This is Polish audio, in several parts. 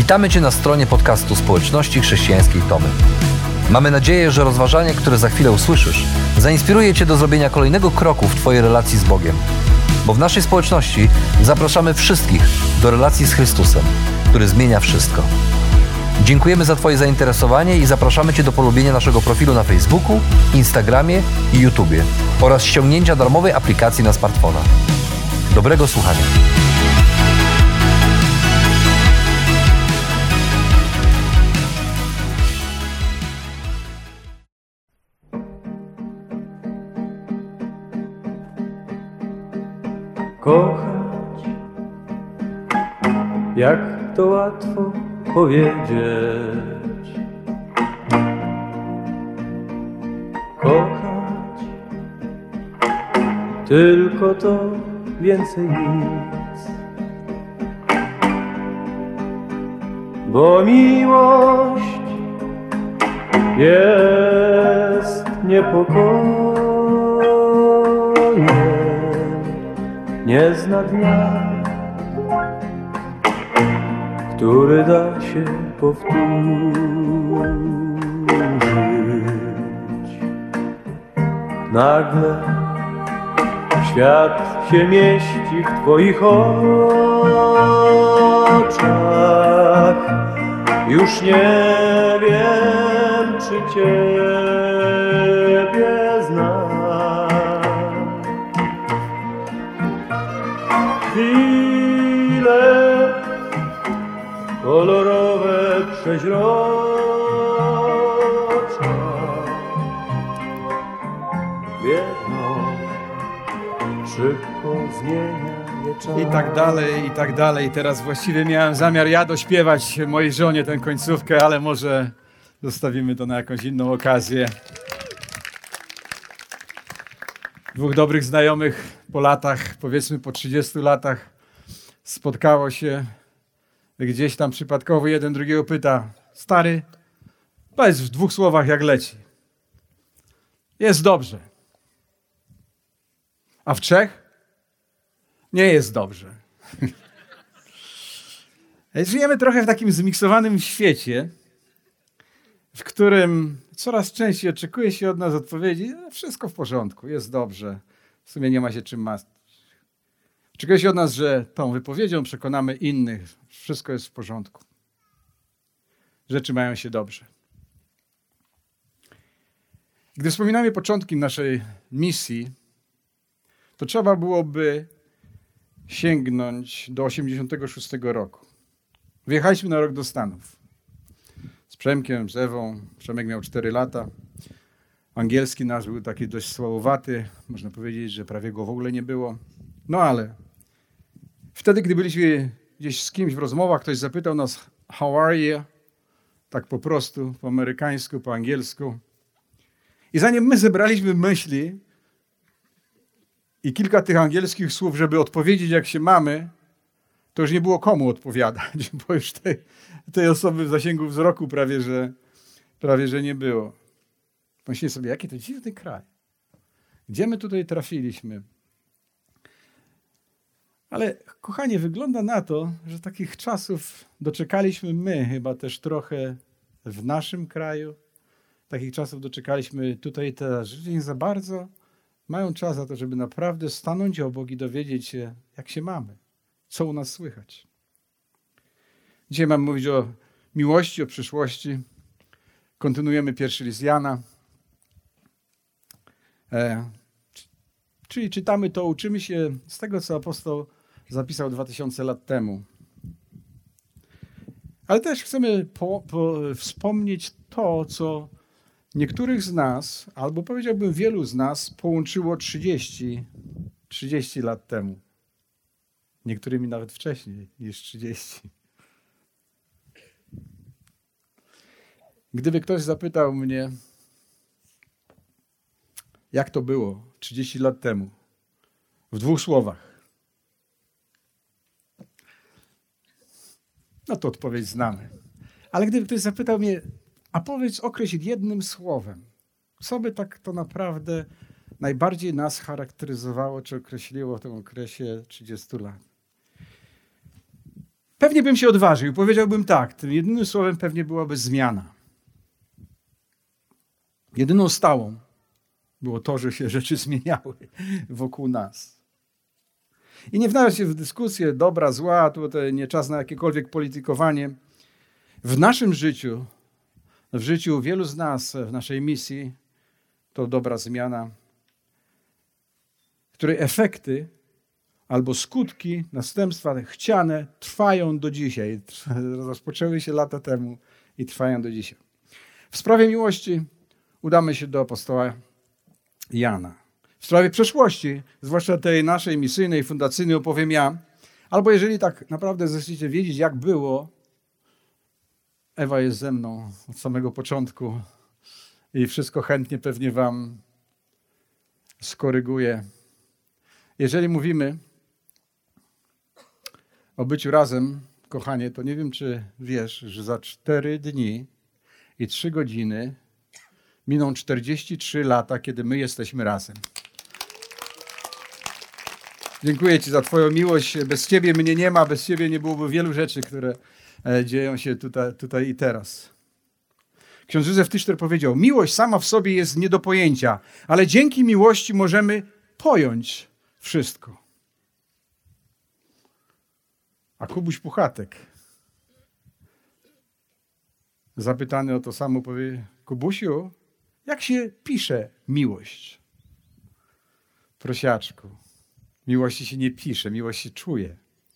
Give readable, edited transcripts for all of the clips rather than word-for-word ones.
Witamy Cię na stronie podcastu Społeczności Chrześcijańskiej Tomy. Mamy nadzieję, że rozważanie, które za chwilę usłyszysz, zainspiruje Cię do zrobienia kolejnego kroku w Twojej relacji z Bogiem. Bo w naszej społeczności zapraszamy wszystkich do relacji z Chrystusem, który zmienia wszystko. Dziękujemy za Twoje zainteresowanie i zapraszamy Cię do polubienia naszego profilu na Facebooku, Instagramie i YouTubie oraz ściągnięcia darmowej aplikacji na smartfona. Dobrego słuchania. Kochać, jak to łatwo powiedzieć. Kochać, tylko to, więcej nic. Bo miłość jest niepokojna. Nie zna dnia, który da się powtórzyć. Nagle świat się mieści w Twoich oczach. Już nie wiem, czy Ciebie znam. Chwile kolorowe przeźrocza biegną, szybko zmienia je czas. I tak dalej. Teraz właściwie miałem zamiar ja dośpiewać mojej żonie tę końcówkę, ale może zostawimy to na jakąś inną okazję. Dwóch dobrych znajomych po latach, powiedzmy po 30 latach, spotkało się gdzieś tam przypadkowo, jeden drugiego pyta: stary, powiedz w 2 słowach, jak leci. Jest dobrze. A w 3? Nie jest dobrze. Żyjemy trochę w takim zmiksowanym świecie, w którym coraz częściej oczekuje się od nas odpowiedzi: wszystko w porządku, jest dobrze, w sumie nie ma się czym martwić. Oczekuje się od nas, że tą wypowiedzią przekonamy innych, wszystko jest w porządku. Rzeczy mają się dobrze. Gdy wspominamy początki naszej misji, to trzeba byłoby sięgnąć do 1986 roku. Wyjechaliśmy na rok do Stanów. Z Przemkiem, z Ewą. Przemek miał 4 lata. Angielski nasz był taki dość słabowaty. Można powiedzieć, że prawie go w ogóle nie było. No ale wtedy, gdy byliśmy gdzieś z kimś w rozmowach, ktoś zapytał nas: how are you? Tak po prostu, po amerykańsku, po angielsku. I zanim my zebraliśmy myśli i kilka tych angielskich słów, żeby odpowiedzieć, jak się mamy, to już nie było komu odpowiadać, bo już tej osoby w zasięgu wzroku prawie że nie było. Pomyślcie sobie, jaki to dziwny kraj. Gdzie my tutaj trafiliśmy? Ale kochanie, wygląda na to, że takich czasów doczekaliśmy my chyba też trochę w naszym kraju. Takich czasów doczekaliśmy tutaj teraz. Ludzie nie za bardzo mają czas na to, żeby naprawdę stanąć obok i dowiedzieć się, jak się mamy. Co u nas słychać? Dzisiaj mamy mówić o miłości, o przyszłości. Kontynuujemy pierwszy list Jana. Czyli czytamy to, uczymy się z tego, co apostoł zapisał 2000 lat temu. Ale też chcemy wspomnieć to, co niektórych z nas, albo powiedziałbym wielu z nas, połączyło 30 lat temu. Niektórymi nawet wcześniej niż 30. Gdyby ktoś zapytał mnie, jak to było 30 lat temu, w 2 słowach, no to odpowiedź znamy. Ale gdyby ktoś zapytał mnie, a powiedz, określ jednym słowem, co by tak to naprawdę najbardziej nas charakteryzowało, czy określiło w tym okresie 30 lat? Pewnie bym się odważył, powiedziałbym tak, tym jedynym słowem pewnie byłaby zmiana. Jedyną stałą było to, że się rzeczy zmieniały wokół nas. I nie wdawać się w dyskusję dobra, zła, to nie czas na jakiekolwiek politykowanie. W naszym życiu, w życiu wielu z nas, w naszej misji, to dobra zmiana, której efekty albo skutki, następstwa chciane trwają do dzisiaj. Rozpoczęły się lata temu i trwają do dzisiaj. W sprawie miłości udamy się do apostoła Jana. W sprawie przeszłości, zwłaszcza tej naszej misyjnej, fundacyjnej, opowiem ja. Albo jeżeli tak naprawdę zechciecie wiedzieć, jak było, Ewa jest ze mną od samego początku i wszystko chętnie pewnie wam skoryguje. Jeżeli mówimy o byciu razem, kochanie, to nie wiem, czy wiesz, że za 4 dni i 3 godziny miną 43 lata, kiedy my jesteśmy razem. Dziękuję Ci za Twoją miłość. Bez Ciebie mnie nie ma, bez Ciebie nie byłoby wielu rzeczy, które dzieją się tutaj i teraz. Ksiądz Józef Tyszter powiedział, miłość sama w sobie jest nie do pojęcia, ale dzięki miłości możemy pojąć wszystko. A Kubuś Puchatek, zapytany o to samo, powie, Kubusiu, jak się pisze miłość? Prosiaczku, miłości się nie pisze, miłość się czuje.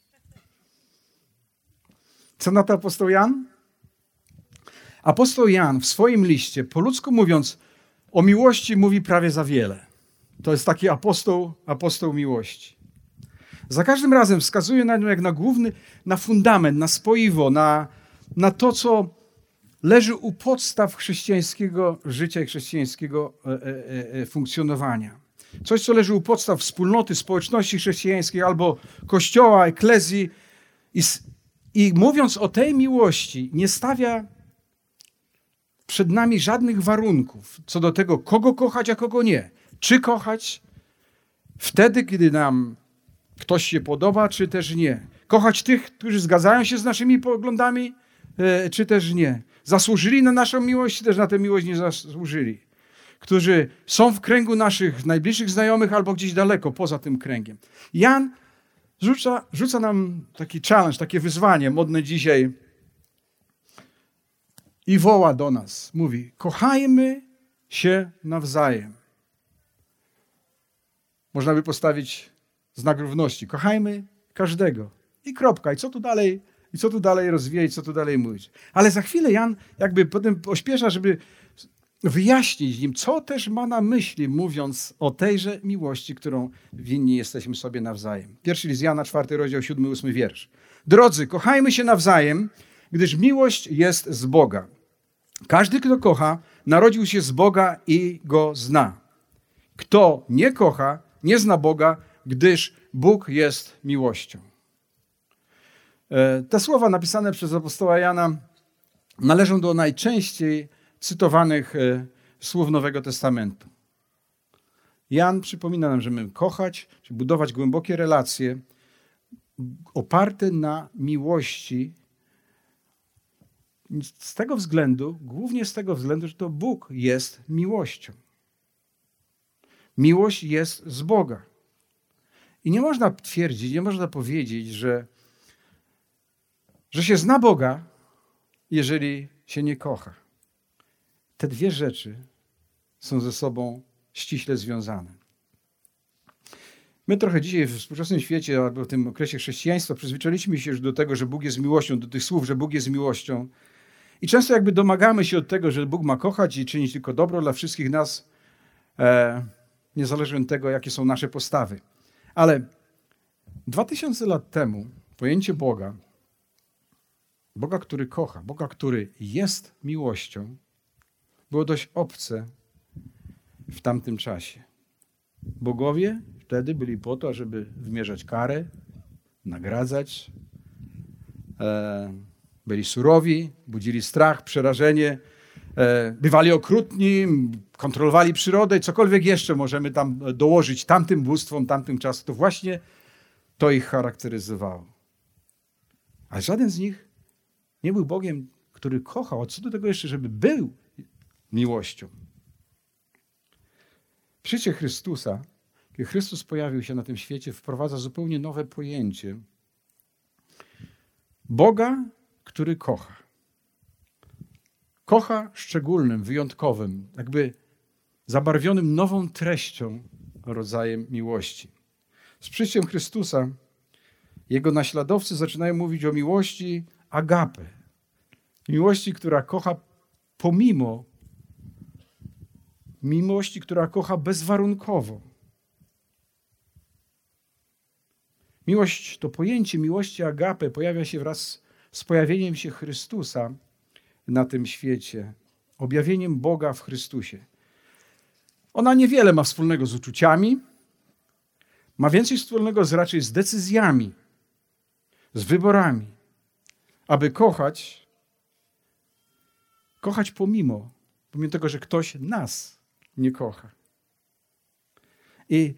Co na to apostoł Jan? Apostoł Jan w swoim liście, po ludzku mówiąc, o miłości mówi prawie za wiele. To jest taki apostoł miłości. Za każdym razem wskazuje na nią jak na główny, na fundament, na spoiwo, na to, co leży u podstaw chrześcijańskiego życia i chrześcijańskiego funkcjonowania. Coś, co leży u podstaw wspólnoty, społeczności chrześcijańskiej albo kościoła, eklezji. I mówiąc o tej miłości, nie stawia przed nami żadnych warunków co do tego, kogo kochać, a kogo nie. Czy kochać wtedy, kiedy nam ktoś się podoba, czy też nie. Kochać tych, którzy zgadzają się z naszymi poglądami, czy też nie. Zasłużyli na naszą miłość, czy też na tę miłość nie zasłużyli. Którzy są w kręgu naszych najbliższych znajomych albo gdzieś daleko, poza tym kręgiem. Jan rzuca nam taki challenge, takie wyzwanie modne dzisiaj i woła do nas. Mówi, kochajmy się nawzajem. Można by postawić znak równości. Kochajmy każdego. I kropka. I co tu dalej rozwijać, co tu dalej mówić. Ale za chwilę Jan jakby potem pośpiesza, żeby wyjaśnić im, co też ma na myśli, mówiąc o tejże miłości, którą winni jesteśmy sobie nawzajem. Pierwszy list Jana, 4 rozdział, 7-8 wiersz. Drodzy, kochajmy się nawzajem, gdyż miłość jest z Boga. Każdy, kto kocha, narodził się z Boga i Go zna. Kto nie kocha, nie zna Boga, gdyż Bóg jest miłością. Te słowa napisane przez apostoła Jana należą do najczęściej cytowanych słów Nowego Testamentu. Jan przypomina nam, że mamy kochać, czy budować głębokie relacje oparte na miłości. Z tego względu, głównie z tego względu, że to Bóg jest miłością. Miłość jest z Boga. I nie można twierdzić, nie można powiedzieć, że się zna Boga, jeżeli się nie kocha. Te dwie rzeczy są ze sobą ściśle związane. My trochę dzisiaj w współczesnym świecie, albo w tym okresie chrześcijaństwa przyzwyczailiśmy się już do tego, że Bóg jest miłością, do tych słów, że Bóg jest miłością. I często jakby domagamy się od tego, że Bóg ma kochać i czynić tylko dobro dla wszystkich nas, niezależnie od tego, jakie są nasze postawy. Ale 2000 lat temu pojęcie Boga, który kocha, Boga, który jest miłością, było dość obce w tamtym czasie. Bogowie wtedy byli po to, żeby wymierzać karę, nagradzać. Byli surowi, budzili strach, przerażenie, bywali okrutni, kontrolowali przyrodę i cokolwiek jeszcze możemy tam dołożyć tamtym bóstwom, tamtym czasom. To właśnie to ich charakteryzowało. A żaden z nich nie był Bogiem, który kochał. A co do tego jeszcze, żeby był miłością? Przyjście Chrystusa, kiedy Chrystus pojawił się na tym świecie, wprowadza zupełnie nowe pojęcie Boga, który kocha. Kocha szczególnym, wyjątkowym, jakby zabarwionym nową treścią, rodzajem miłości. Z przyjściem Chrystusa Jego naśladowcy zaczynają mówić o miłości agape. Miłości, która kocha pomimo. Miłości, która kocha bezwarunkowo. Miłość, to pojęcie miłości agape pojawia się wraz z pojawieniem się Chrystusa na tym świecie. Objawieniem Boga w Chrystusie. Ona niewiele ma wspólnego z uczuciami. Ma więcej wspólnego raczej z decyzjami, z wyborami. Aby kochać pomimo tego, że ktoś nas nie kocha. I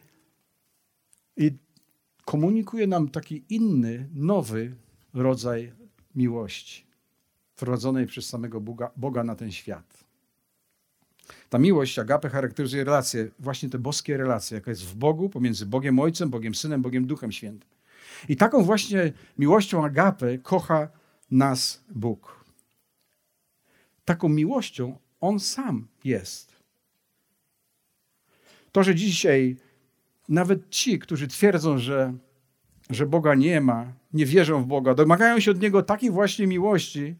komunikuje nam taki inny, nowy rodzaj miłości, wprowadzonej przez samego Boga na ten świat. Ta miłość, agape, charakteryzuje relacje, właśnie te boskie relacje, jaka jest w Bogu, pomiędzy Bogiem Ojcem, Bogiem Synem, Bogiem Duchem Świętym. I taką właśnie miłością agape kocha nas Bóg. Taką miłością On sam jest. To, że dzisiaj nawet ci, którzy twierdzą, że Boga nie ma, nie wierzą w Boga, domagają się od Niego takiej właśnie miłości,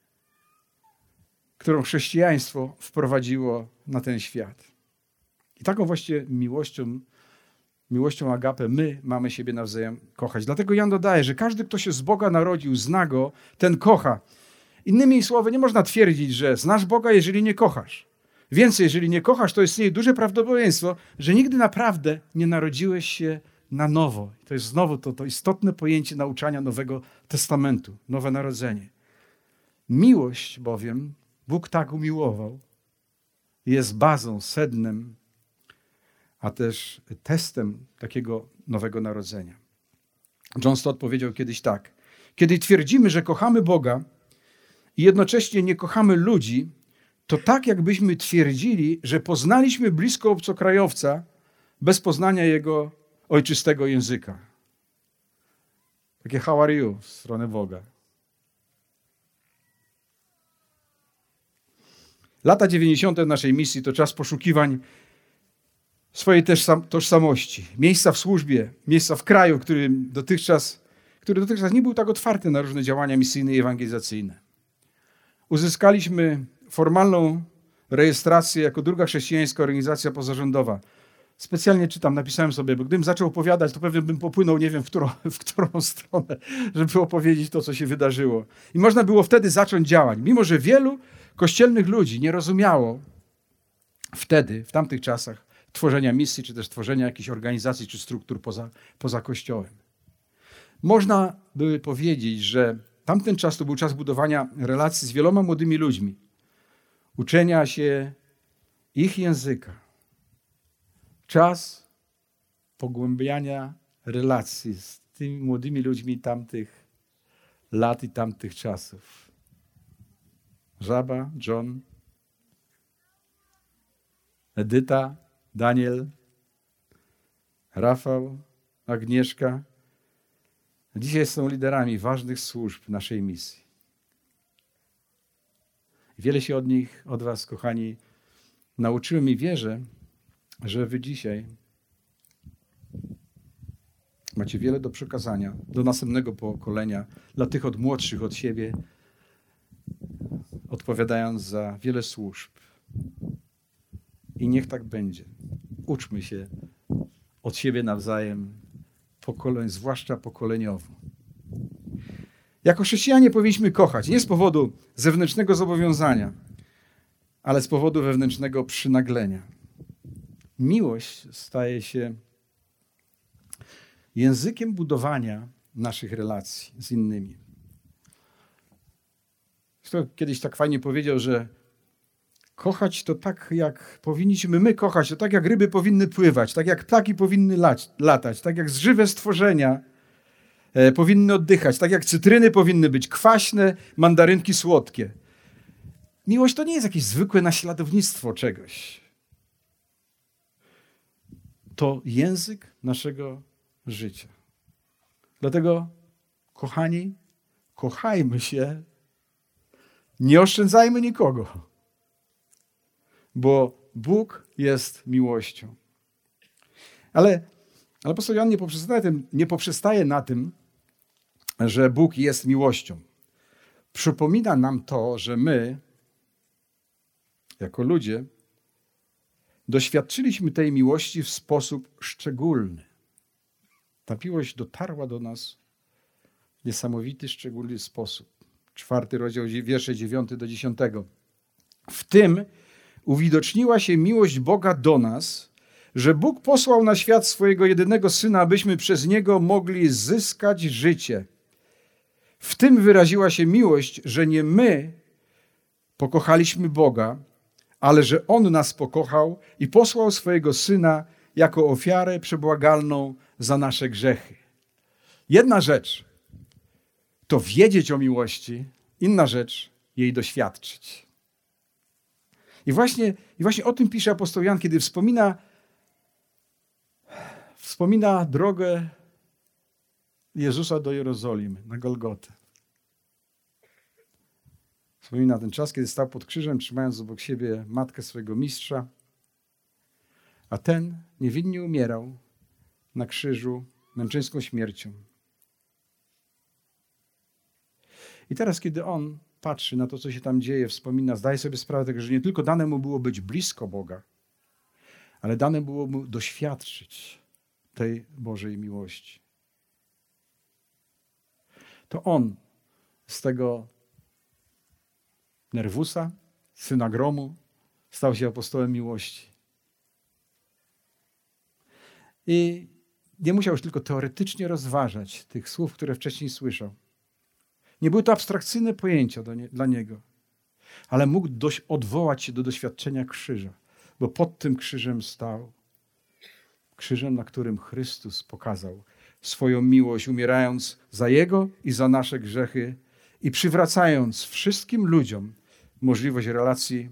którą chrześcijaństwo wprowadziło na ten świat. I taką właśnie miłością agape my mamy siebie nawzajem kochać. Dlatego Jan dodaje, że każdy, kto się z Boga narodził, zna Go, ten kocha. Innymi słowy, nie można twierdzić, że znasz Boga, jeżeli nie kochasz. Więcej, jeżeli nie kochasz, to istnieje duże prawdopodobieństwo, że nigdy naprawdę nie narodziłeś się na nowo. I to jest znowu to istotne pojęcie nauczania Nowego Testamentu, nowe narodzenie. Miłość bowiem Bóg tak umiłował, jest bazą, sednem, a też testem takiego nowego narodzenia. John Stott powiedział kiedyś tak: kiedy twierdzimy, że kochamy Boga i jednocześnie nie kochamy ludzi, to tak jakbyśmy twierdzili, że poznaliśmy blisko obcokrajowca bez poznania jego ojczystego języka. Takie how are you w stronę Boga. Lata 90. naszej misji to czas poszukiwań swojej tożsamości. Miejsca w służbie, miejsca w kraju, który dotychczas nie był tak otwarty na różne działania misyjne i ewangelizacyjne. Uzyskaliśmy formalną rejestrację jako druga chrześcijańska organizacja pozarządowa. Specjalnie napisałem sobie, bo gdybym zaczął opowiadać, to pewnie bym popłynął, nie wiem w którą stronę, żeby opowiedzieć to, co się wydarzyło. I można było wtedy zacząć działać. Mimo że wielu kościelnych ludzi nie rozumiało wtedy, w tamtych czasach, tworzenia misji, czy też tworzenia jakichś organizacji, czy struktur poza Kościołem. Można by powiedzieć, że tamten czas to był czas budowania relacji z wieloma młodymi ludźmi, uczenia się ich języka, czas pogłębiania relacji z tymi młodymi ludźmi tamtych lat i tamtych czasów. Żaba, John, Edyta, Daniel, Rafał, Agnieszka. Dzisiaj są liderami ważnych służb naszej misji. Wiele się od was, kochani, nauczyłem i wierzę, że wy dzisiaj macie wiele do przekazania do następnego pokolenia, dla tych od młodszych od siebie, odpowiadając za wiele służb. I niech tak będzie. Uczmy się od siebie nawzajem, zwłaszcza pokoleniowo. Jako chrześcijanie powinniśmy kochać nie z powodu zewnętrznego zobowiązania, ale z powodu wewnętrznego przynaglenia. Miłość staje się językiem budowania naszych relacji z innymi. Kto kiedyś tak fajnie powiedział, że kochać to tak, jak powinniśmy my kochać, to tak jak ryby powinny pływać, tak jak ptaki powinny latać, tak jak żywe stworzenia powinny oddychać. Tak jak cytryny powinny być kwaśne, mandarynki słodkie. Miłość to nie jest jakieś zwykłe naśladownictwo czegoś. To język naszego życia. Dlatego, kochani, kochajmy się, nie oszczędzajmy nikogo, bo Bóg jest miłością. Ale apostoł Jan nie poprzestaje na tym, że Bóg jest miłością. Przypomina nam to, że my, jako ludzie, doświadczyliśmy tej miłości w sposób szczególny. Ta miłość dotarła do nas w niesamowity, szczególny sposób. 4 rozdział, wiersze 9 do 10. W tym uwidoczniła się miłość Boga do nas, że Bóg posłał na świat swojego jedynego Syna, abyśmy przez Niego mogli zyskać życie. W tym wyraziła się miłość, że nie my pokochaliśmy Boga, ale że On nas pokochał i posłał swojego Syna jako ofiarę przebłagalną za nasze grzechy. Jedna rzecz to wiedzieć o miłości, inna rzecz jej doświadczyć. I właśnie o tym pisze apostoł Jan, kiedy wspomina drogę Jezusa do Jerozolimy, na Golgotę. Wspomina ten czas, kiedy stał pod krzyżem, trzymając obok siebie matkę swojego mistrza, a ten niewinnie umierał na krzyżu męczeńską śmiercią. I teraz, kiedy on patrzy na to, co się tam dzieje, wspomina, zdaje sobie sprawę tego, że nie tylko dane mu było być blisko Boga, ale dane było mu doświadczyć tej Bożej miłości. To on z tego nerwusa, syna gromu, stał się apostołem miłości. I nie musiał już tylko teoretycznie rozważać tych słów, które wcześniej słyszał. Nie były to abstrakcyjne pojęcia dla niego, ale mógł odwołać się do doświadczenia krzyża, bo pod tym krzyżem stał. Krzyżem, na którym Chrystus pokazał swoją miłość, umierając za Jego i za nasze grzechy i przywracając wszystkim ludziom możliwość relacji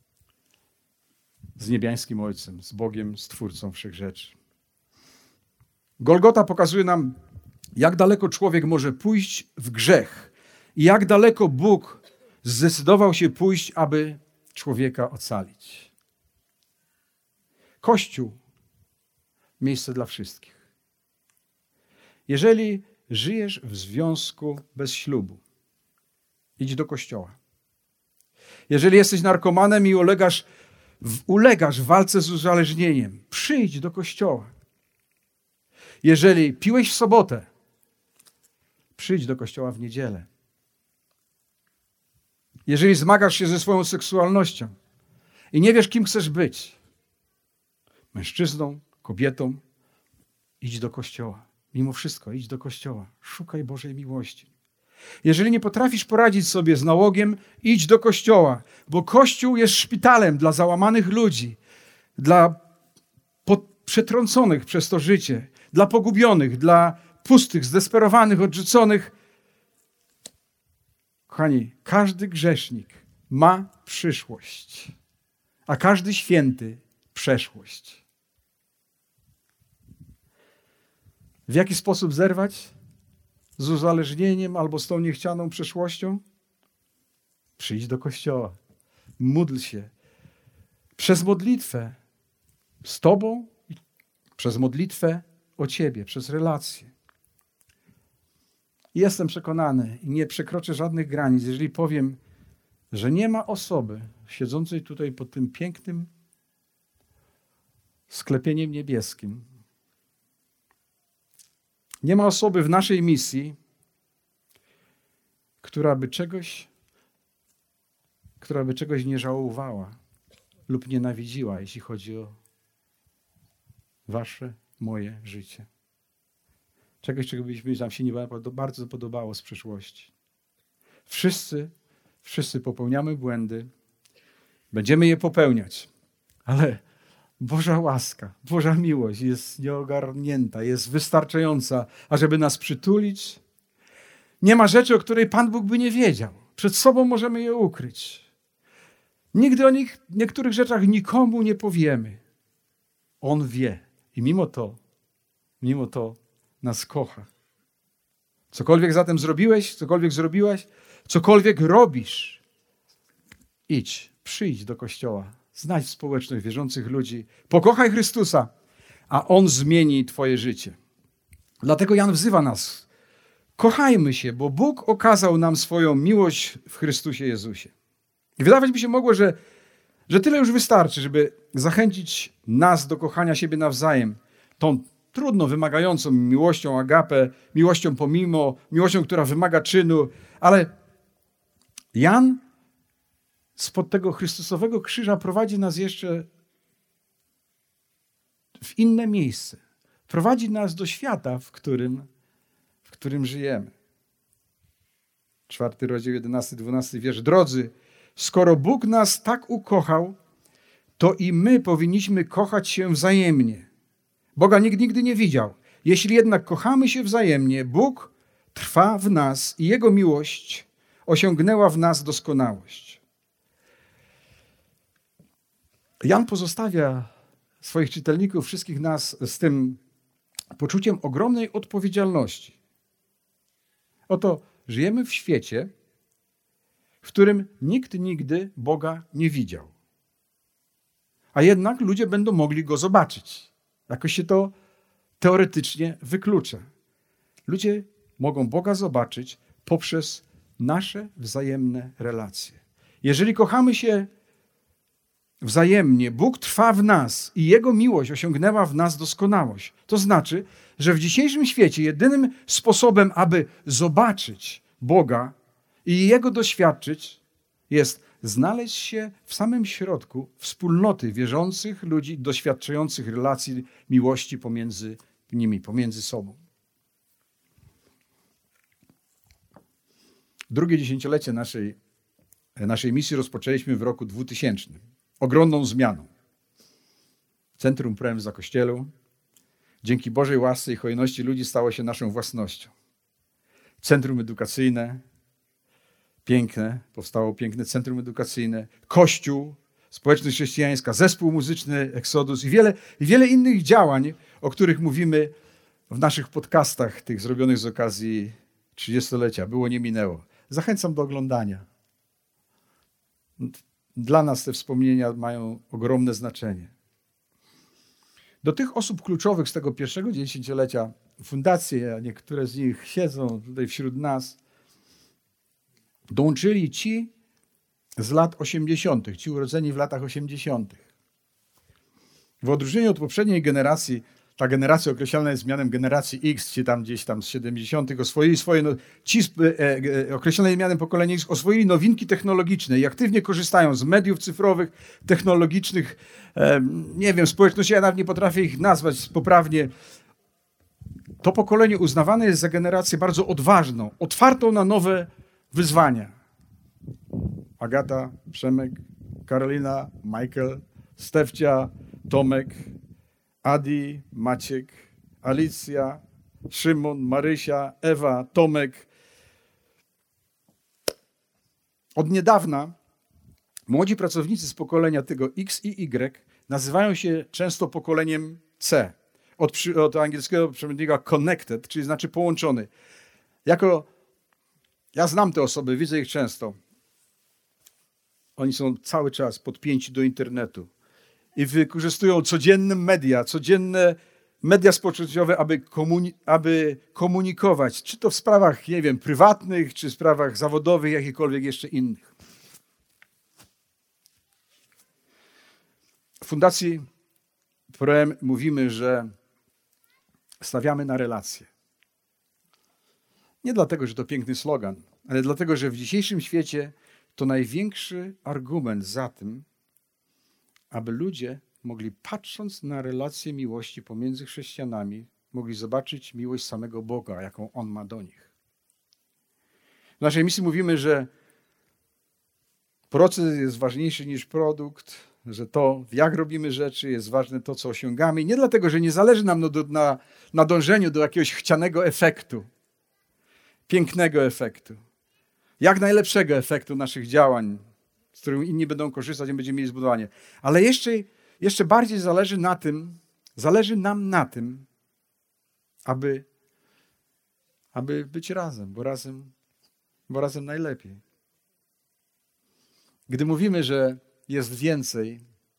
z niebiańskim Ojcem, z Bogiem, z Twórcą wszechrzeczy. Golgota pokazuje nam, jak daleko człowiek może pójść w grzech i jak daleko Bóg zdecydował się pójść, aby człowieka ocalić. Kościół, miejsce dla wszystkich. Jeżeli żyjesz w związku bez ślubu, idź do kościoła. Jeżeli jesteś narkomanem i ulegasz walce z uzależnieniem, przyjdź do kościoła. Jeżeli piłeś w sobotę, przyjdź do kościoła w niedzielę. Jeżeli zmagasz się ze swoją seksualnością i nie wiesz, kim chcesz być, mężczyzną, kobietą, idź do kościoła. Mimo wszystko idź do kościoła. Szukaj Bożej miłości. Jeżeli nie potrafisz poradzić sobie z nałogiem, idź do kościoła, bo Kościół jest szpitalem dla załamanych ludzi, dla przetrąconych przez to życie, dla pogubionych, dla pustych, zdesperowanych, odrzuconych. Kochani, każdy grzesznik ma przyszłość, a każdy święty przeszłość. W jaki sposób zerwać z uzależnieniem albo z tą niechcianą przeszłością? Przyjdź do kościoła. Módl się. Przez modlitwę z Tobą, przez modlitwę o Ciebie, przez relacje. Jestem przekonany i nie przekroczę żadnych granic, jeżeli powiem, że nie ma osoby siedzącej tutaj pod tym pięknym sklepieniem niebieskim, nie ma osoby w naszej misji, która by czegoś nie żałowała lub nienawidziła, jeśli chodzi o wasze, moje życie. Czegoś, czego byśmy nam się nie bardzo podobało z przeszłości. Wszyscy popełniamy błędy, będziemy je popełniać, ale Boża łaska, Boża miłość jest nieogarnięta, jest wystarczająca, ażeby nas przytulić. Nie ma rzeczy, o której Pan Bóg by nie wiedział. Przed sobą możemy je ukryć. Nigdy o niektórych rzeczach nikomu nie powiemy. On wie i mimo to nas kocha. Cokolwiek zatem zrobiłeś, cokolwiek zrobiłaś, cokolwiek robisz, przyjdź do Kościoła, znajdź społeczność wierzących ludzi, pokochaj Chrystusa, a On zmieni twoje życie. Dlatego Jan wzywa nas, kochajmy się, bo Bóg okazał nam swoją miłość w Chrystusie Jezusie. I wydawać by się mogło, że tyle już wystarczy, żeby zachęcić nas do kochania siebie nawzajem, tą trudno wymagającą miłością agape, miłością pomimo, miłością, która wymaga czynu, ale Jan spod tego Chrystusowego krzyża prowadzi nas jeszcze w inne miejsce. Prowadzi nas do świata, w którym żyjemy. 4 rozdział 11-12 wiersz. Drodzy, skoro Bóg nas tak ukochał, to i my powinniśmy kochać się wzajemnie. Boga nikt nigdy nie widział. Jeśli jednak kochamy się wzajemnie, Bóg trwa w nas i Jego miłość osiągnęła w nas doskonałość. Jan pozostawia swoich czytelników, wszystkich nas z tym poczuciem ogromnej odpowiedzialności. Oto żyjemy w świecie, w którym nikt nigdy Boga nie widział. A jednak ludzie będą mogli Go zobaczyć. Jakoś się to teoretycznie wyklucza. Ludzie mogą Boga zobaczyć poprzez nasze wzajemne relacje. Jeżeli kochamy się wzajemnie, Bóg trwa w nas i Jego miłość osiągnęła w nas doskonałość. To znaczy, że w dzisiejszym świecie jedynym sposobem, aby zobaczyć Boga i Jego doświadczyć, jest znaleźć się w samym środku wspólnoty wierzących ludzi, doświadczających relacji miłości pomiędzy nimi, pomiędzy sobą. Drugie dziesięciolecie naszej misji rozpoczęliśmy w roku 2000. Ogromną zmianą. Centrum Premza Kościelu dzięki Bożej łasce i hojności ludzi stało się naszą własnością. Centrum edukacyjne, piękne, powstało piękne centrum edukacyjne, kościół, społeczność chrześcijańska, zespół muzyczny Exodus i wiele innych działań, o których mówimy w naszych podcastach, tych zrobionych z okazji 30-lecia. Było, nie minęło. Zachęcam do oglądania. Dla nas te wspomnienia mają ogromne znaczenie. Do tych osób kluczowych z tego pierwszego dziesięciolecia fundacje, a niektóre z nich siedzą tutaj wśród nas, dołączyli ci z lat 80., ci urodzeni w latach 80. W odróżnieniu od poprzedniej generacji, ta generacja określana jest mianem generacji X, czy tam gdzieś tam z 70. oswoili swoje, ci określone mianem pokolenia X oswoili nowinki technologiczne i aktywnie korzystają z mediów cyfrowych, technologicznych, nie wiem, społeczności, ja nawet nie potrafię ich nazwać poprawnie. To pokolenie uznawane jest za generację bardzo odważną, otwartą na nowe wyzwania. Agata, Przemek, Karolina, Michael, Stefcia, Tomek, Adi, Maciek, Alicja, Szymon, Marysia, Ewa, Tomek. Od niedawna młodzi pracownicy z pokolenia tego X i Y nazywają się często pokoleniem C. Od angielskiego przemiennika connected, czyli znaczy połączony. Ja znam te osoby, widzę ich często. Oni są cały czas podpięci do internetu i wykorzystują codzienne media społecznościowe, aby komunikować, czy to w sprawach, nie wiem, prywatnych, czy w sprawach zawodowych, jakichkolwiek jeszcze innych. W Fundacji PREM mówimy, że stawiamy na relacje. Nie dlatego, że to piękny slogan, ale dlatego, że w dzisiejszym świecie to największy argument za tym, aby ludzie mogli, patrząc na relacje miłości pomiędzy chrześcijanami, mogli zobaczyć miłość samego Boga, jaką On ma do nich. W naszej misji mówimy, że proces jest ważniejszy niż produkt, że to, jak robimy rzeczy, jest ważne to, co osiągamy. I nie dlatego, że nie zależy nam na dążeniu do jakiegoś chcianego efektu, pięknego efektu, jak najlepszego efektu naszych działań, z którym inni będą korzystać i będziemy mieli zbudowanie. Ale jeszcze bardziej zależy nam na tym, aby być razem, bo razem najlepiej. Gdy mówimy, że jest więcej,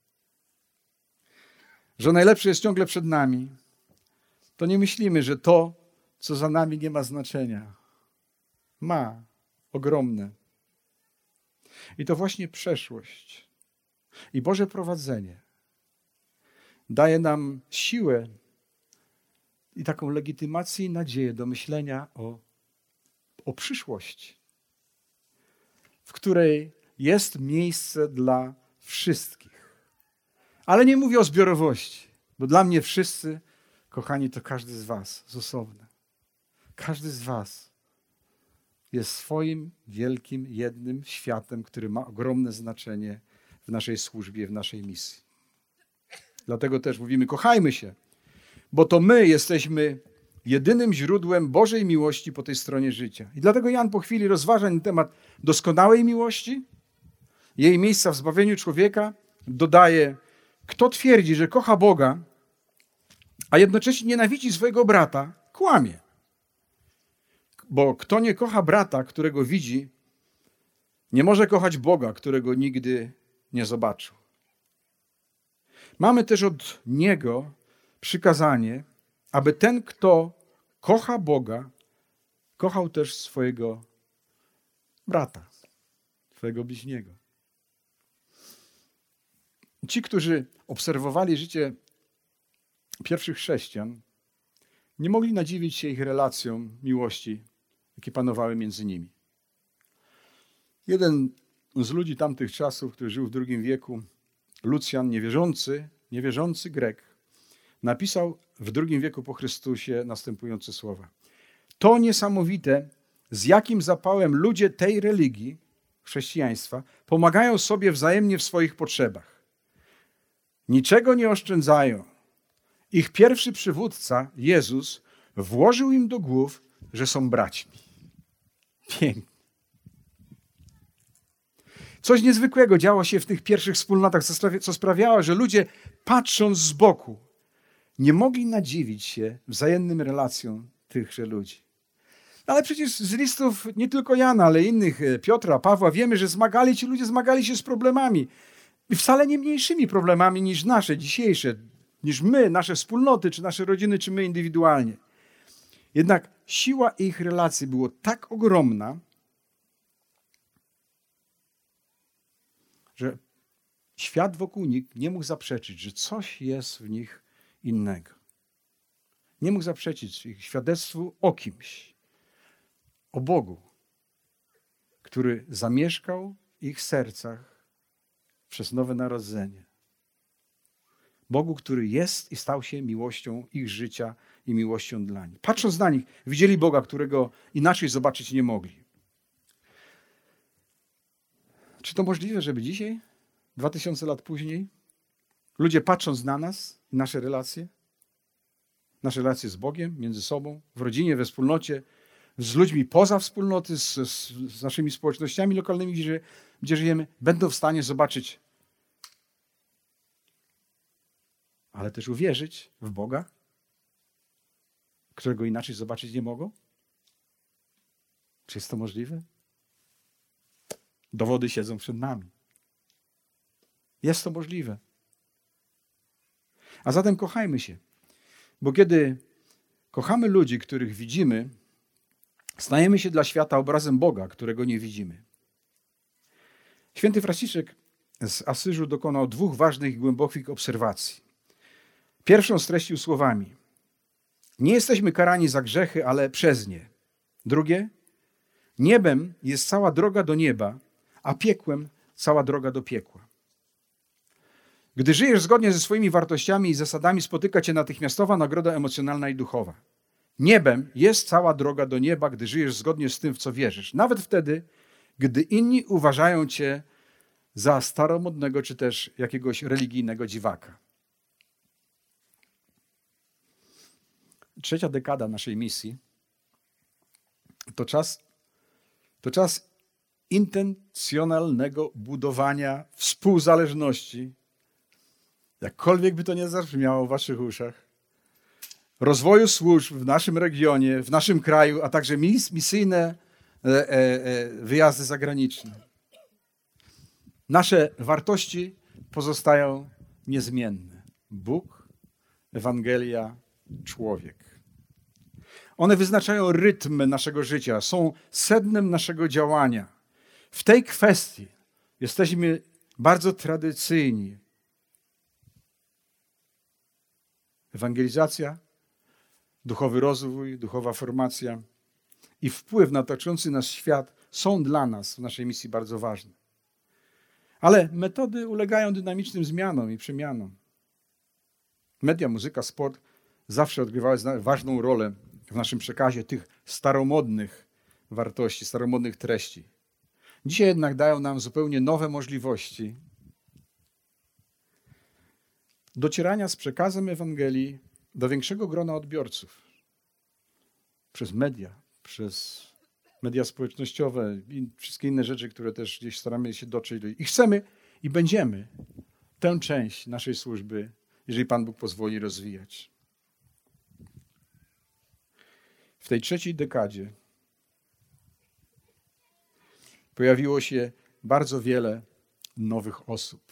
że najlepsze jest ciągle przed nami, to nie myślimy, że to, co za nami, nie ma znaczenia. Ma, ogromne. I to właśnie przeszłość i Boże prowadzenie daje nam siłę i taką legitymację i nadzieję do myślenia o przyszłości, w której jest miejsce dla wszystkich. Ale nie mówię o zbiorowości, bo dla mnie wszyscy, kochani, to każdy z was z osobna. Każdy z was jest swoim wielkim, jednym światem, który ma ogromne znaczenie w naszej służbie, w naszej misji. Dlatego też mówimy, kochajmy się, bo to my jesteśmy jedynym źródłem Bożej miłości po tej stronie życia. I dlatego Jan po chwili rozważań na temat doskonałej miłości, jej miejsca w zbawieniu człowieka, dodaje, kto twierdzi, że kocha Boga, a jednocześnie nienawidzi swojego brata, kłamie. Bo kto nie kocha brata, którego widzi, nie może kochać Boga, którego nigdy nie zobaczył. Mamy też od Niego przykazanie, aby ten, kto kocha Boga, kochał też swojego brata, swojego bliźniego. Ci, którzy obserwowali życie pierwszych chrześcijan, nie mogli nadziwić się ich relacjom miłości, jakie panowały między nimi. Jeden z ludzi tamtych czasów, który żył w II wieku, Lucjan, niewierzący Grek, napisał w II wieku po Chrystusie następujące słowa. To niesamowite, z jakim zapałem ludzie tej religii, chrześcijaństwa, pomagają sobie wzajemnie w swoich potrzebach. Niczego nie oszczędzają. Ich pierwszy przywódca, Jezus, włożył im do głów, że są braćmi. Pięknie. Coś niezwykłego działo się w tych pierwszych wspólnotach, co sprawiało, że ludzie, patrząc z boku, nie mogli nadziwić się wzajemnym relacjom tychże ludzi. Ale przecież z listów nie tylko Jana, ale innych, Piotra, Pawła, wiemy, że ci ludzie zmagali się z problemami. I wcale nie mniejszymi problemami niż nasze dzisiejsze, niż my, nasze wspólnoty, czy nasze rodziny, czy my indywidualnie. Jednak siła ich relacji była tak ogromna, że świat wokół nich nie mógł zaprzeczyć, że coś jest w nich innego. Nie mógł zaprzeczyć ich świadectwu o kimś, o Bogu, który zamieszkał w ich sercach przez nowe narodzenie. Bogu, który jest i stał się miłością ich życia i miłością dla nich. Patrząc na nich, widzieli Boga, którego inaczej zobaczyć nie mogli. Czy to możliwe, żeby dzisiaj, 2000 lat później, ludzie patrząc na nas i nasze relacje z Bogiem, między sobą, w rodzinie, we wspólnocie, z ludźmi poza wspólnoty, z naszymi społecznościami lokalnymi, gdzie żyjemy, będą w stanie zobaczyć, ale też uwierzyć w Boga, którego inaczej zobaczyć nie mogą? Czy jest to możliwe? Dowody siedzą przed nami. Jest to możliwe. A zatem kochajmy się, bo kiedy kochamy ludzi, których widzimy, stajemy się dla świata obrazem Boga, którego nie widzimy. Święty Franciszek z Asyżu dokonał 2 ważnych i głębokich obserwacji. Pierwszą streścił słowami: nie jesteśmy karani za grzechy, ale przez nie. Drugie: niebem jest cała droga do nieba, a piekłem cała droga do piekła. Gdy żyjesz zgodnie ze swoimi wartościami i zasadami, spotyka cię natychmiastowa nagroda emocjonalna i duchowa. Niebem jest cała droga do nieba, gdy żyjesz zgodnie z tym, w co wierzysz. Nawet wtedy, gdy inni uważają cię za staromodnego czy też jakiegoś religijnego dziwaka. Trzecia dekada naszej misji to czas intencjonalnego budowania współzależności, jakkolwiek by to nie zabrzmiało w waszych uszach, rozwoju służb w naszym regionie, w naszym kraju, a także misyjne wyjazdy zagraniczne. Nasze wartości pozostają niezmienne. Bóg, Ewangelia, człowiek. One wyznaczają rytm naszego życia, są sednem naszego działania. W tej kwestii jesteśmy bardzo tradycyjni. Ewangelizacja, duchowy rozwój, duchowa formacja i wpływ na otaczający nas świat są dla nas w naszej misji bardzo ważne. Ale metody ulegają dynamicznym zmianom i przemianom. Media, muzyka, sport zawsze odgrywały ważną rolę w naszym przekazie tych staromodnych wartości, staromodnych treści. Dzisiaj jednak dają nam zupełnie nowe możliwości docierania z przekazem Ewangelii do większego grona odbiorców. Przez media społecznościowe i wszystkie inne rzeczy, które też gdzieś staramy się dotrzeć do nich. I chcemy i będziemy tę część naszej służby, jeżeli Pan Bóg pozwoli, rozwijać. W tej trzeciej dekadzie pojawiło się bardzo wiele nowych osób.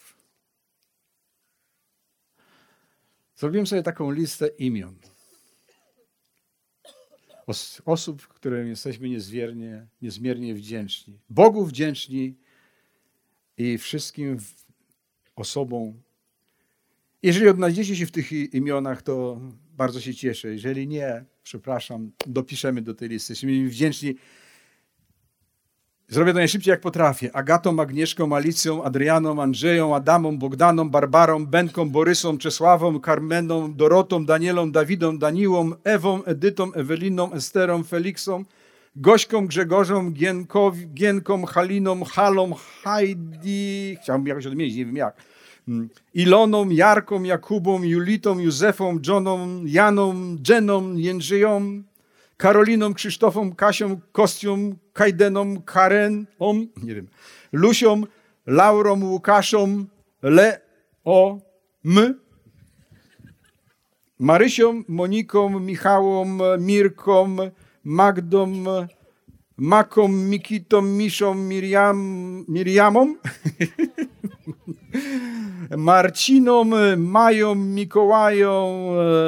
Zrobiłem sobie taką listę imion. Osób, którym jesteśmy niezmiernie wdzięczni. Bogu wdzięczni i wszystkim osobom. Jeżeli odnajdziecie się w tych imionach, to bardzo się cieszę. Jeżeli nie, przepraszam, dopiszemy do tej listy. Jesteśmy im wdzięczni. Zrobię to najszybciej, jak potrafię. Agatą, Agnieszką, Alicją, Adrianą, Andrzeją, Adamą, Bogdaną, Barbarą, Benką, Borysą, Czesławą, Karmeną, Dorotą, Danielą, Dawidą, Daniłą, Ewą, Edytą, Eweliną, Esterą, Feliksą, Gośką, Grzegorzą, Gienką, Haliną, Halą, Heidi, chciałbym jakoś odmienić, nie wiem jak, Iloną, Jarką, Jakubą, Julitą, Józefą, Johną, Janą, Dżeną, Jędrzeją, Karoliną, Krzysztofą, Kasią, Kostią, Kajdeną, Kareną, nie wiem, Lusią, Laurą, Łukaszą, Marysią, Moniką, Michałem, Mirką, Magdą, Maką, Mikitą, Miszą, Miriamą, Marciną, Mają, Mikołają,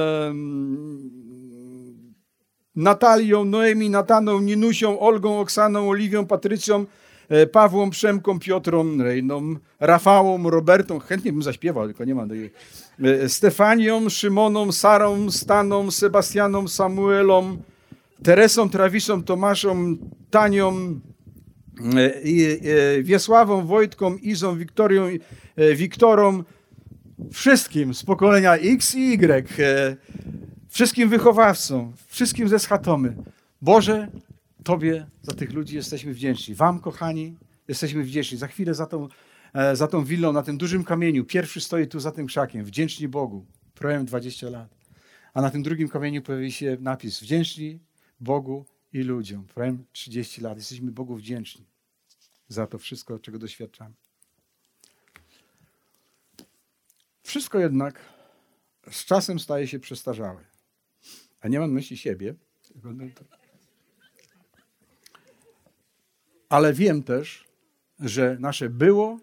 Natalią, Noemi, Nataną, Ninusią, Olgą, Oksaną, Oliwią, Patrycją, Pawłem, Przemką, Piotrą, Rejną, Rafałą, Robertą, chętnie bym zaśpiewał, tylko nie mam takiej, Stefanią, Szymoną, Sarą, Staną, Sebastianą, Samuelą, Teresą, Trawisą, Tomaszą, Tanią, Wiesławą, Wojtką, Izą, Wiktorią, Wiktorą, wszystkim z pokolenia X i Y, wszystkim wychowawcom, wszystkim ze schatomy. Boże, Tobie za tych ludzi jesteśmy wdzięczni. Wam, kochani, jesteśmy wdzięczni. Za chwilę za tą willą na tym dużym kamieniu. Pierwszy stoi tu za tym krzakiem. Wdzięczni Bogu. Projem 20 lat. A na tym drugim kamieniu pojawi się napis. Wdzięczni Bogu i ludziom. Projem 30 lat. Jesteśmy Bogu wdzięczni za to wszystko, czego doświadczamy. Wszystko jednak z czasem staje się przestarzałe. A nie mam na myśli siebie. Ale wiem też, że nasze było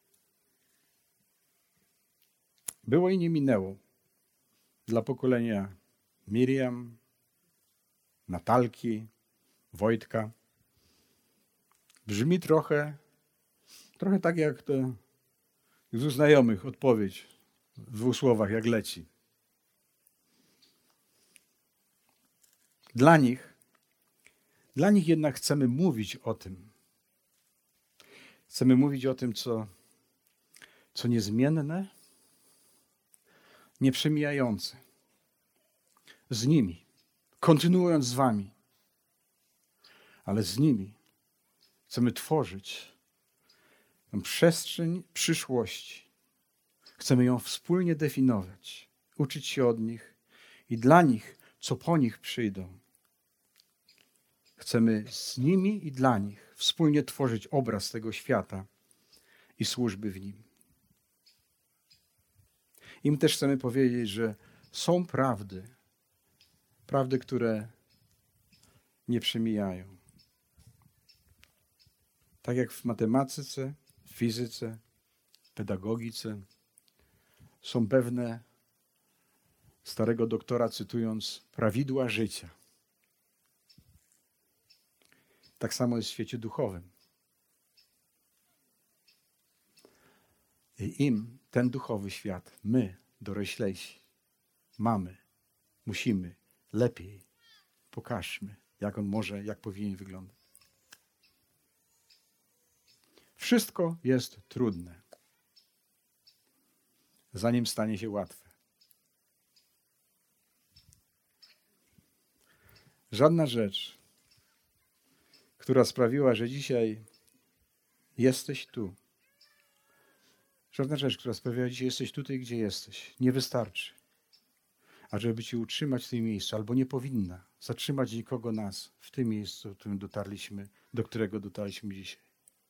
i nie minęło dla pokolenia Miriam, Natalki, Wojtka. Brzmi trochę tak jak to z znajomych odpowiedź w 2 słowach, jak leci. Dla nich jednak chcemy mówić o tym. Chcemy mówić o tym, co niezmienne, nieprzemijające. Z nimi, kontynuując z wami. Ale z nimi chcemy tworzyć Tą przestrzeń przyszłości. Chcemy ją wspólnie definiować, uczyć się od nich i dla nich, co po nich przyjdą. Chcemy z nimi i dla nich wspólnie tworzyć obraz tego świata i służby w nim. Im też chcemy powiedzieć, że są prawdy, które nie przemijają. Tak jak w matematyce, fizyce, pedagogice są pewne, starego doktora cytując, prawidła życia. Tak samo jest w świecie duchowym. I im ten duchowy świat, my, doroślejsi, musimy lepiej pokażmy, jak on może, jak powinien wyglądać. Wszystko jest trudne, zanim stanie się łatwe. Żadna rzecz, która sprawiła, że dzisiaj jesteś tu, żadna rzecz, która sprawiła, że dzisiaj jesteś tutaj, gdzie jesteś, nie wystarczy. A żeby Cię utrzymać w tym miejscu, albo nie powinna zatrzymać nikogo nas w tym miejscu, do którego dotarliśmy dzisiaj.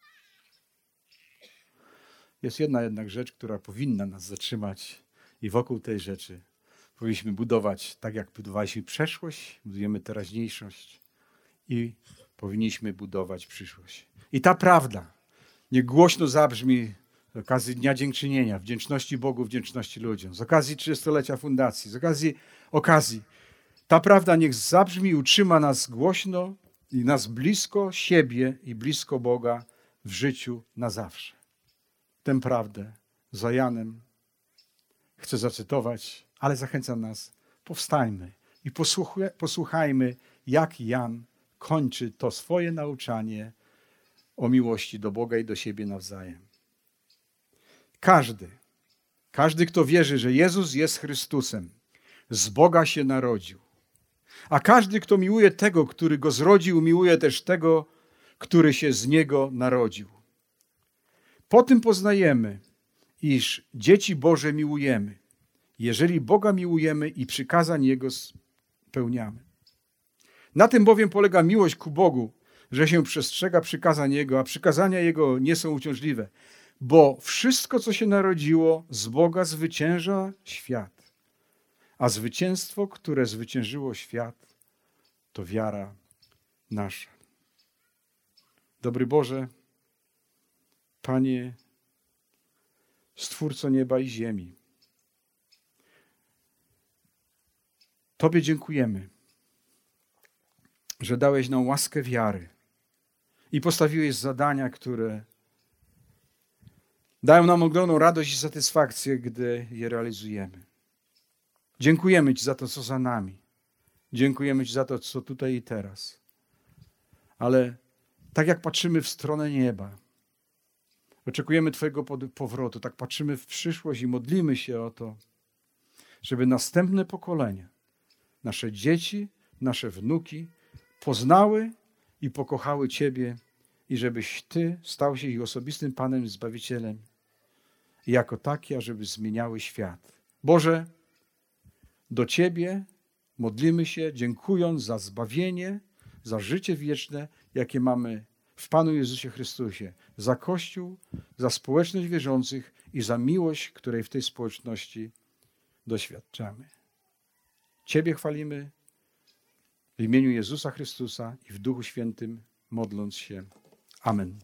Jest jedna jednak rzecz, która powinna nas zatrzymać i wokół tej rzeczy powinniśmy budować tak, jak budowaliśmy przeszłość, budujemy teraźniejszość i powinniśmy budować przyszłość. I ta prawda niech głośno zabrzmi z okazji Dnia Dziękczynienia, wdzięczności Bogu, wdzięczności ludziom, z okazji 30-lecia fundacji, z okazji. Ta prawda niech zabrzmi i utrzyma nas głośno i nas blisko siebie i blisko Boga w życiu na zawsze. Tę prawdę za Janem chcę zacytować, ale zachęcam nas, powstańmy i posłuchajmy, jak Jan kończy to swoje nauczanie o miłości do Boga i do siebie nawzajem. Każdy, kto wierzy, że Jezus jest Chrystusem, z Boga się narodził. A każdy, kto miłuje tego, który go zrodził, miłuje też tego, który się z niego narodził. Po tym poznajemy, iż dzieci Boże miłujemy, jeżeli Boga miłujemy i przykazań Jego spełniamy. Na tym bowiem polega miłość ku Bogu, że się przestrzega przykazań Jego, a przykazania Jego nie są uciążliwe. Bo wszystko, co się narodziło z Boga, zwycięża świat. A zwycięstwo, które zwyciężyło świat, to wiara nasza. Dobry Boże, Panie, Stwórco nieba i ziemi, Tobie dziękujemy, że dałeś nam łaskę wiary i postawiłeś zadania, które dają nam ogromną radość i satysfakcję, gdy je realizujemy. Dziękujemy Ci za to, co za nami. Dziękujemy Ci za to, co tutaj i teraz. Ale tak jak patrzymy w stronę nieba, oczekujemy Twojego powrotu, tak patrzymy w przyszłość i modlimy się o to, żeby następne pokolenia, nasze dzieci, nasze wnuki poznały i pokochały Ciebie i żebyś Ty stał się ich osobistym Panem i Zbawicielem i jako taki, ażeby zmieniały świat. Boże, do Ciebie modlimy się, dziękując za zbawienie, za życie wieczne, jakie mamy w Panu Jezusie Chrystusie, za Kościół, za społeczność wierzących i za miłość, której w tej społeczności doświadczamy. Ciebie chwalimy w imieniu Jezusa Chrystusa i w Duchu Świętym, modląc się. Amen.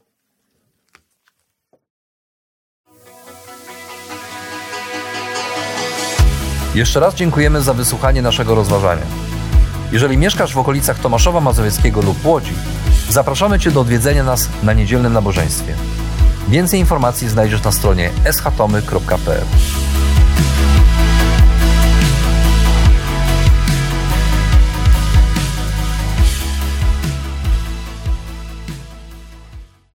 Jeszcze raz dziękujemy za wysłuchanie naszego rozważania. Jeżeli mieszkasz w okolicach Tomaszowa Mazowieckiego lub Łodzi, zapraszamy Cię do odwiedzenia nas na niedzielnym nabożeństwie. Więcej informacji znajdziesz na stronie schatomy.pl.